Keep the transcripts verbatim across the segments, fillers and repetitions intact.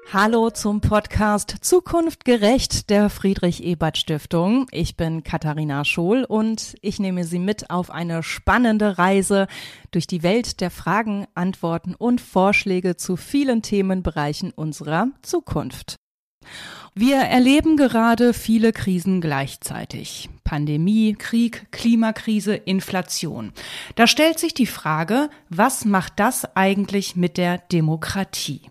Hallo zum Podcast Zukunft gerecht der Friedrich-Ebert-Stiftung. Ich bin Katharina Schohl und ich nehme Sie mit auf eine spannende Reise durch die Welt der Fragen, Antworten und Vorschläge zu vielen Themenbereichen unserer Zukunft. Wir erleben gerade viele Krisen gleichzeitig. Pandemie, Krieg, Klimakrise, Inflation. Da stellt sich die Frage, was macht das eigentlich mit der Demokratie?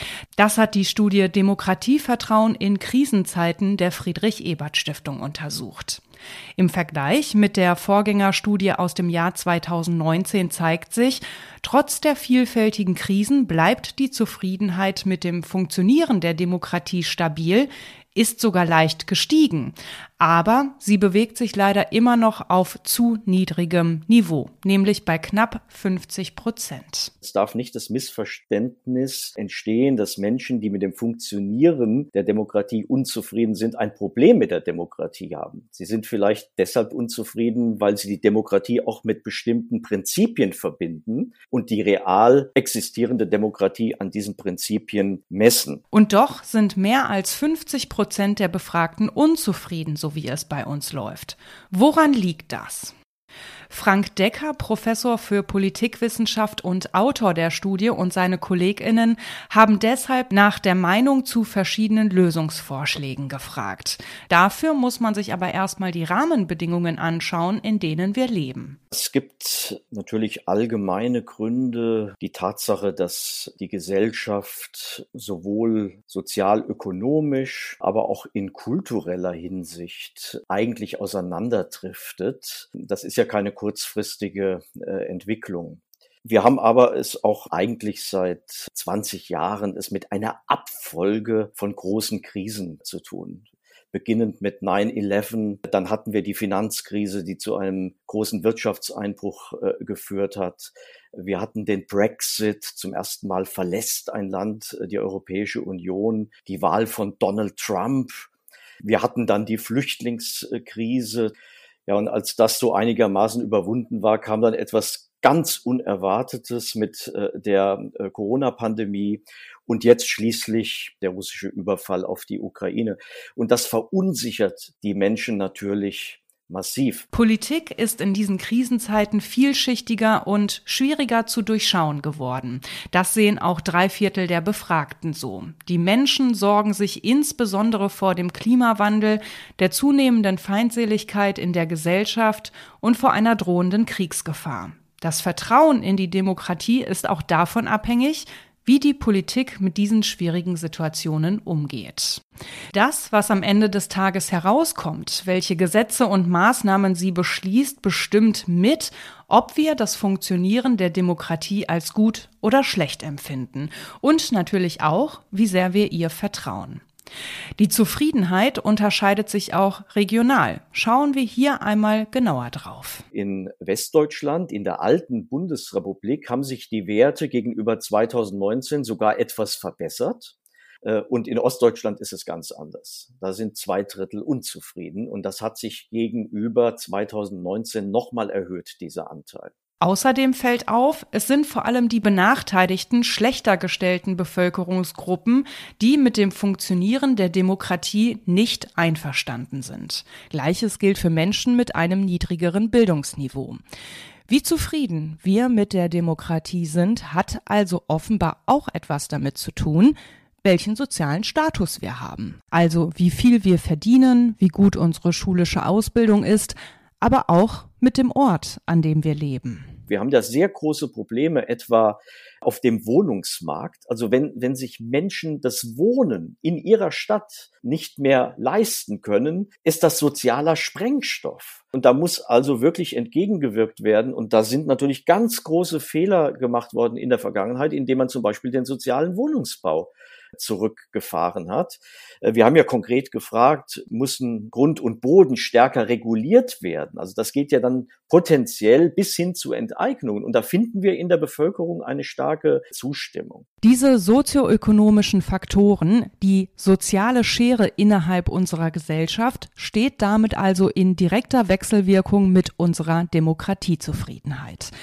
Das hat die Studie Demokratievertrauen in Krisenzeiten der Friedrich-Ebert-Stiftung untersucht. Im Vergleich mit der Vorgängerstudie aus dem Jahr zweitausendneunzehn zeigt sich, trotz der vielfältigen Krisen bleibt die Zufriedenheit mit dem Funktionieren der Demokratie stabil, ist sogar leicht gestiegen. Aber sie bewegt sich leider immer noch auf zu niedrigem Niveau, nämlich bei knapp fünfzig Prozent. Es darf nicht das Missverständnis entstehen, dass Menschen, die mit dem Funktionieren der Demokratie unzufrieden sind, ein Problem mit der Demokratie haben. Sie sind vielleicht deshalb unzufrieden, weil sie die Demokratie auch mit bestimmten Prinzipien verbinden und die real existierende Demokratie an diesen Prinzipien messen. Und doch sind mehr als fünfzig Prozent der Befragten unzufrieden, so wie es bei uns läuft. Woran liegt das? Frank Decker, Professor für Politikwissenschaft und Autor der Studie, und seine KollegInnen haben deshalb nach der Meinung zu verschiedenen Lösungsvorschlägen gefragt. Dafür muss man sich aber erstmal die Rahmenbedingungen anschauen, in denen wir leben. Es gibt natürlich allgemeine Gründe. Die Tatsache, dass die Gesellschaft sowohl sozial-ökonomisch, aber auch in kultureller Hinsicht eigentlich auseinanderdriftet. Das ist ja keine kurzfristige äh, Entwicklung. Wir haben aber es auch eigentlich seit zwanzig Jahren es mit einer Abfolge von großen Krisen zu tun. Beginnend mit nine eleven, dann hatten wir die Finanzkrise, die zu einem großen Wirtschaftseinbruch äh, geführt hat. Wir hatten den Brexit, zum ersten Mal verlässt ein Land äh, die Europäische Union, die Wahl von Donald Trump. Wir hatten dann die Flüchtlingskrise. Ja, und als das so einigermaßen überwunden war, kam dann etwas ganz Unerwartetes mit äh, der äh, Corona-Pandemie und jetzt schließlich der russische Überfall auf die Ukraine. Und das verunsichert die Menschen natürlich massiv. Politik ist in diesen Krisenzeiten vielschichtiger und schwieriger zu durchschauen geworden. Das sehen auch drei Viertel der Befragten so. Die Menschen sorgen sich insbesondere vor dem Klimawandel, der zunehmenden Feindseligkeit in der Gesellschaft und vor einer drohenden Kriegsgefahr. Das Vertrauen in die Demokratie ist auch davon abhängig, wie die Politik mit diesen schwierigen Situationen umgeht. Das, was am Ende des Tages herauskommt, welche Gesetze und Maßnahmen sie beschließt, bestimmt mit, ob wir das Funktionieren der Demokratie als gut oder schlecht empfinden und natürlich auch, wie sehr wir ihr vertrauen. Die Zufriedenheit unterscheidet sich auch regional. Schauen wir hier einmal genauer drauf. In Westdeutschland, in der alten Bundesrepublik, haben sich die Werte gegenüber zweitausendneunzehn sogar etwas verbessert. Und in Ostdeutschland ist es ganz anders. Da sind zwei Drittel unzufrieden. Und das hat sich gegenüber zweitausendneunzehn nochmal erhöht, dieser Anteil. Außerdem fällt auf, es sind vor allem die benachteiligten, schlechter gestellten Bevölkerungsgruppen, die mit dem Funktionieren der Demokratie nicht einverstanden sind. Gleiches gilt für Menschen mit einem niedrigeren Bildungsniveau. Wie zufrieden wir mit der Demokratie sind, hat also offenbar auch etwas damit zu tun, welchen sozialen Status wir haben. Also wie viel wir verdienen, wie gut unsere schulische Ausbildung ist, aber auch mit dem Ort, an dem wir leben. Wir haben da sehr große Probleme, etwa auf dem Wohnungsmarkt. Also wenn, wenn sich Menschen das Wohnen in ihrer Stadt nicht mehr leisten können, ist das sozialer Sprengstoff. Und da muss also wirklich entgegengewirkt werden. Und da sind natürlich ganz große Fehler gemacht worden in der Vergangenheit, indem man zum Beispiel den sozialen Wohnungsbau zurückgefahren hat. Wir haben ja konkret gefragt, müssen Grund und Boden stärker reguliert werden? Also das geht ja dann potenziell bis hin zu Enteignungen. Und da finden wir in der Bevölkerung eine starke Zustimmung. Diese sozioökonomischen Faktoren, die soziale Schere innerhalb unserer Gesellschaft, steht damit also in direkter Wechselwirkung mit unserer Demokratiezufriedenheit.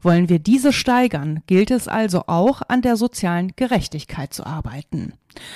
Wollen wir diese steigern, gilt es also auch, an der sozialen Gerechtigkeit zu arbeiten.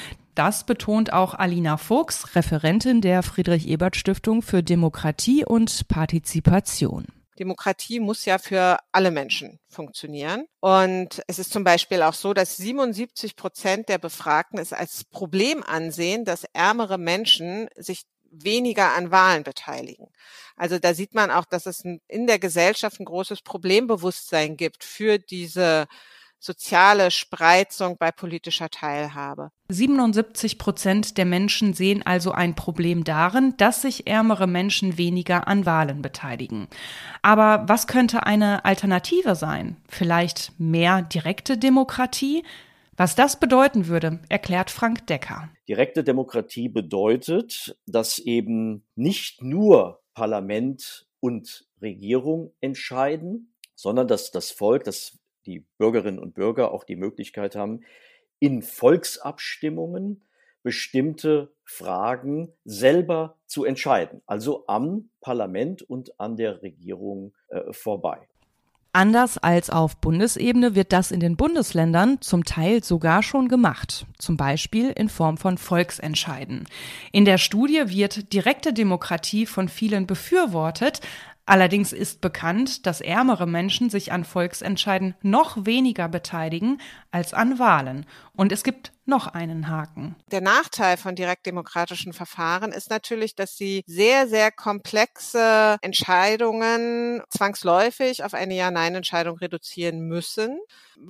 Das betont auch Alina Fuchs, Referentin der Friedrich-Ebert-Stiftung für Demokratie und Partizipation. Demokratie muss ja für alle Menschen funktionieren. Und es ist zum Beispiel auch so, dass siebenundsiebzig Prozent der Befragten es als Problem ansehen, dass ärmere Menschen sich weniger an Wahlen beteiligen. Also da sieht man auch, dass es in der Gesellschaft ein großes Problembewusstsein gibt für diese soziale Spreizung bei politischer Teilhabe. siebenundsiebzig Prozent der Menschen sehen also ein Problem darin, dass sich ärmere Menschen weniger an Wahlen beteiligen. Aber was könnte eine Alternative sein? Vielleicht mehr direkte Demokratie? Was das bedeuten würde, erklärt Frank Decker. Direkte Demokratie bedeutet, dass eben nicht nur Parlament und Regierung entscheiden, sondern dass das Volk, dass die Bürgerinnen und Bürger auch die Möglichkeit haben, in Volksabstimmungen bestimmte Fragen selber zu entscheiden, also am Parlament und an der Regierung äh, vorbei. Anders als auf Bundesebene wird das in den Bundesländern zum Teil sogar schon gemacht, zum Beispiel in Form von Volksentscheiden. In der Studie wird direkte Demokratie von vielen befürwortet. Allerdings ist bekannt, dass ärmere Menschen sich an Volksentscheiden noch weniger beteiligen als an Wahlen. Und es gibt noch einen Haken. Der Nachteil von direktdemokratischen Verfahren ist natürlich, dass sie sehr, sehr komplexe Entscheidungen zwangsläufig auf eine Ja-Nein-Entscheidung reduzieren müssen,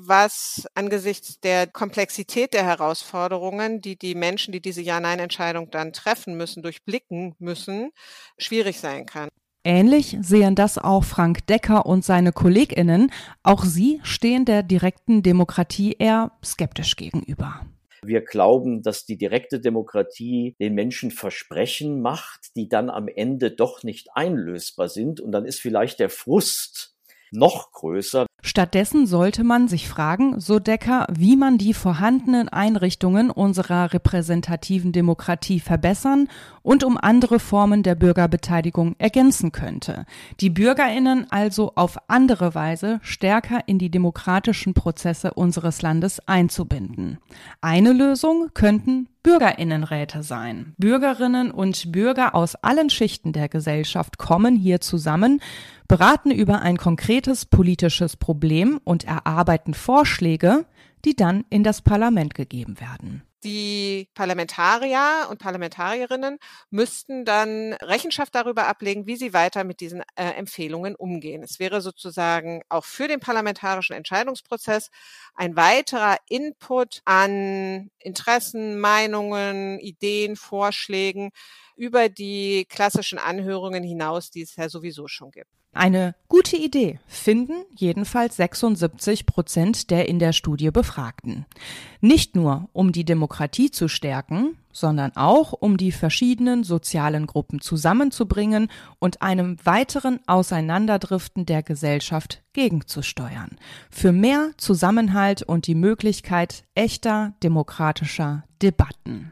was angesichts der Komplexität der Herausforderungen, die die Menschen, die diese Ja-Nein-Entscheidung dann treffen müssen, durchblicken müssen, schwierig sein kann. Ähnlich sehen das auch Frank Decker und seine KollegInnen. Auch sie stehen der direkten Demokratie eher skeptisch gegenüber. Wir glauben, dass die direkte Demokratie den Menschen Versprechen macht, die dann am Ende doch nicht einlösbar sind. Und dann ist vielleicht der Frust noch größer. Stattdessen sollte man sich fragen, so Decker, wie man die vorhandenen Einrichtungen unserer repräsentativen Demokratie verbessern und um andere Formen der Bürgerbeteiligung ergänzen könnte. Die BürgerInnen also auf andere Weise stärker in die demokratischen Prozesse unseres Landes einzubinden. Eine Lösung könnten BürgerInnenräte sein. Bürgerinnen und Bürger aus allen Schichten der Gesellschaft kommen hier zusammen, beraten über ein konkretes politisches Problem und erarbeiten Vorschläge, die dann in das Parlament gegeben werden. Die Parlamentarier und Parlamentarierinnen müssten dann Rechenschaft darüber ablegen, wie sie weiter mit diesen äh, Empfehlungen umgehen. Es wäre sozusagen auch für den parlamentarischen Entscheidungsprozess ein weiterer Input an Interessen, Meinungen, Ideen, Vorschlägen über die klassischen Anhörungen hinaus, die es ja sowieso schon gibt. Eine gute Idee, finden jedenfalls sechsundsiebzig Prozent der in der Studie Befragten. Nicht nur, um die Demokratie zu stärken, sondern auch, um die verschiedenen sozialen Gruppen zusammenzubringen und einem weiteren Auseinanderdriften der Gesellschaft gegenzusteuern. Für mehr Zusammenhalt und die Möglichkeit echter demokratischer Debatten.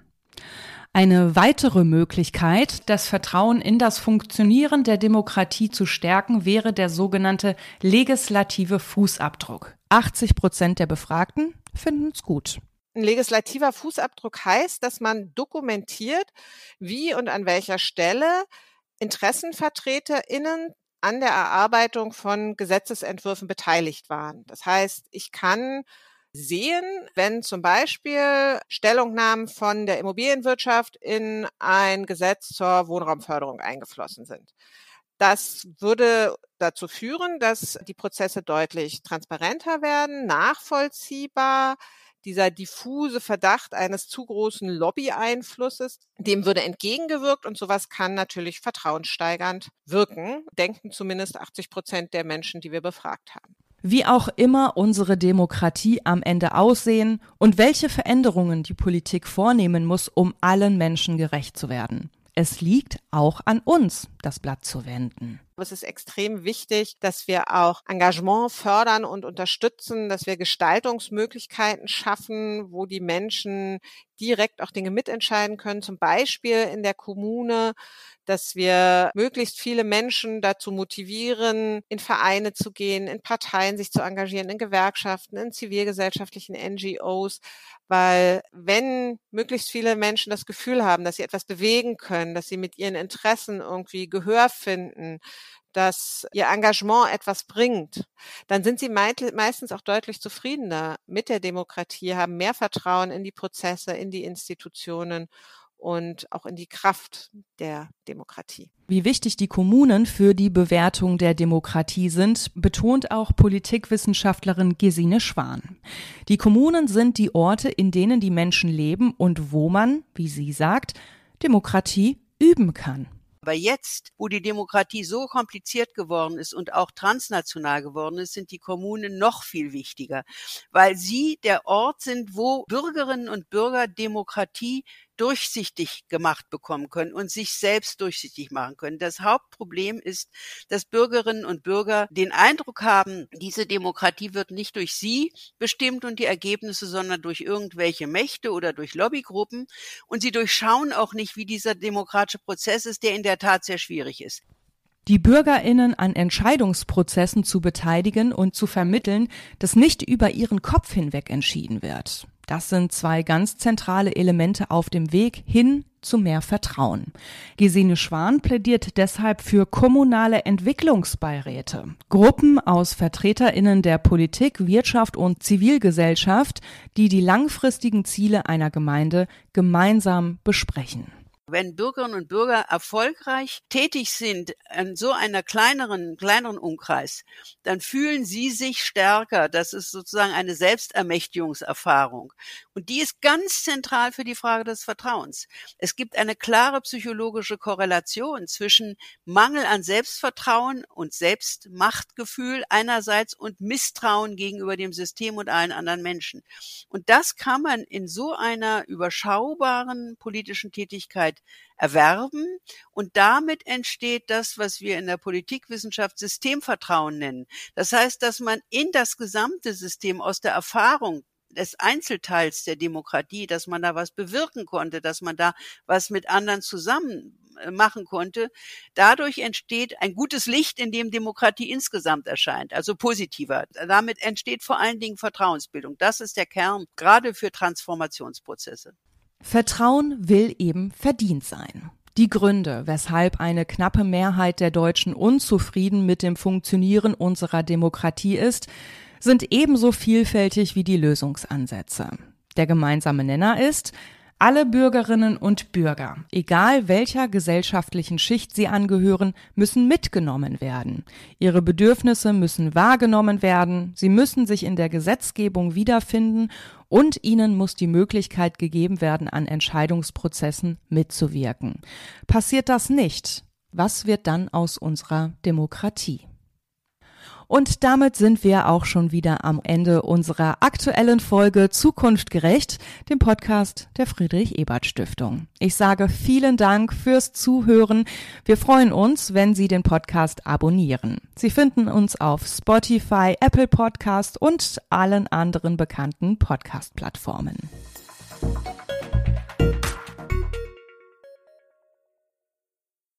Eine weitere Möglichkeit, das Vertrauen in das Funktionieren der Demokratie zu stärken, wäre der sogenannte legislative Fußabdruck. achtzig Prozent der Befragten finden es gut. Ein legislativer Fußabdruck heißt, dass man dokumentiert, wie und an welcher Stelle InteressenvertreterInnen an der Erarbeitung von Gesetzesentwürfen beteiligt waren. Das heißt, ich kann sehen, wenn zum Beispiel Stellungnahmen von der Immobilienwirtschaft in ein Gesetz zur Wohnraumförderung eingeflossen sind. Das würde dazu führen, dass die Prozesse deutlich transparenter werden, nachvollziehbar. Dieser diffuse Verdacht eines zu großen Lobby-Einflusses, dem würde entgegengewirkt und sowas kann natürlich vertrauenssteigernd wirken, denken zumindest achtzig Prozent der Menschen, die wir befragt haben. Wie auch immer unsere Demokratie am Ende aussehen und welche Veränderungen die Politik vornehmen muss, um allen Menschen gerecht zu werden. Es liegt auch an uns, das Blatt zu wenden. Es ist extrem wichtig, dass wir auch Engagement fördern und unterstützen, dass wir Gestaltungsmöglichkeiten schaffen, wo die Menschen direkt auch Dinge mitentscheiden können, zum Beispiel in der Kommune, dass wir möglichst viele Menschen dazu motivieren, in Vereine zu gehen, in Parteien sich zu engagieren, in Gewerkschaften, in zivilgesellschaftlichen N G Os, weil wenn möglichst viele Menschen das Gefühl haben, dass sie etwas bewegen können, dass sie mit ihren Interessen irgendwie Gehör finden, dass ihr Engagement etwas bringt, dann sind sie meistens auch deutlich zufriedener mit der Demokratie, haben mehr Vertrauen in die Prozesse, in die Institutionen und auch in die Kraft der Demokratie. Wie wichtig die Kommunen für die Bewertung der Demokratie sind, betont auch Politikwissenschaftlerin Gesine Schwan. Die Kommunen sind die Orte, in denen die Menschen leben und wo man, wie sie sagt, Demokratie üben kann. Aber jetzt, wo die Demokratie so kompliziert geworden ist und auch transnational geworden ist, sind die Kommunen noch viel wichtiger, weil sie der Ort sind, wo Bürgerinnen und Bürger Demokratie durchsichtig gemacht bekommen können und sich selbst durchsichtig machen können. Das Hauptproblem ist, dass Bürgerinnen und Bürger den Eindruck haben, diese Demokratie wird nicht durch sie bestimmt und die Ergebnisse, sondern durch irgendwelche Mächte oder durch Lobbygruppen. Und sie durchschauen auch nicht, wie dieser demokratische Prozess ist, der in der Tat sehr schwierig ist. Die BürgerInnen an Entscheidungsprozessen zu beteiligen und zu vermitteln, dass nicht über ihren Kopf hinweg entschieden wird. Das sind zwei ganz zentrale Elemente auf dem Weg hin zu mehr Vertrauen. Gesine Schwan plädiert deshalb für kommunale Entwicklungsbeiräte, Gruppen aus VertreterInnen der Politik, Wirtschaft und Zivilgesellschaft, die die langfristigen Ziele einer Gemeinde gemeinsam besprechen. Wenn Bürgerinnen und Bürger erfolgreich tätig sind in so einer kleineren, kleineren Umkreis, dann fühlen sie sich stärker. Das ist sozusagen eine Selbstermächtigungserfahrung. Und die ist ganz zentral für die Frage des Vertrauens. Es gibt eine klare psychologische Korrelation zwischen Mangel an Selbstvertrauen und Selbstmachtgefühl einerseits und Misstrauen gegenüber dem System und allen anderen Menschen. Und das kann man in so einer überschaubaren politischen Tätigkeit erwerben und damit entsteht das, was wir in der Politikwissenschaft Systemvertrauen nennen. Das heißt, dass man in das gesamte System aus der Erfahrung des Einzelteils der Demokratie, dass man da was bewirken konnte, dass man da was mit anderen zusammen machen konnte. Dadurch entsteht ein gutes Licht, in dem Demokratie insgesamt erscheint, also positiver. Damit entsteht vor allen Dingen Vertrauensbildung. Das ist der Kern, gerade für Transformationsprozesse. Vertrauen will eben verdient sein. Die Gründe, weshalb eine knappe Mehrheit der Deutschen unzufrieden mit dem Funktionieren unserer Demokratie ist, sind ebenso vielfältig wie die Lösungsansätze. Der gemeinsame Nenner ist, alle Bürgerinnen und Bürger, egal welcher gesellschaftlichen Schicht sie angehören, müssen mitgenommen werden. Ihre Bedürfnisse müssen wahrgenommen werden, sie müssen sich in der Gesetzgebung wiederfinden und ihnen muss die Möglichkeit gegeben werden, an Entscheidungsprozessen mitzuwirken. Passiert das nicht, was wird dann aus unserer Demokratie? Und damit sind wir auch schon wieder am Ende unserer aktuellen Folge Zukunft gerecht, dem Podcast der Friedrich-Ebert-Stiftung. Ich sage vielen Dank fürs Zuhören. Wir freuen uns, wenn Sie den Podcast abonnieren. Sie finden uns auf Spotify, Apple Podcast und allen anderen bekannten Podcast-Plattformen.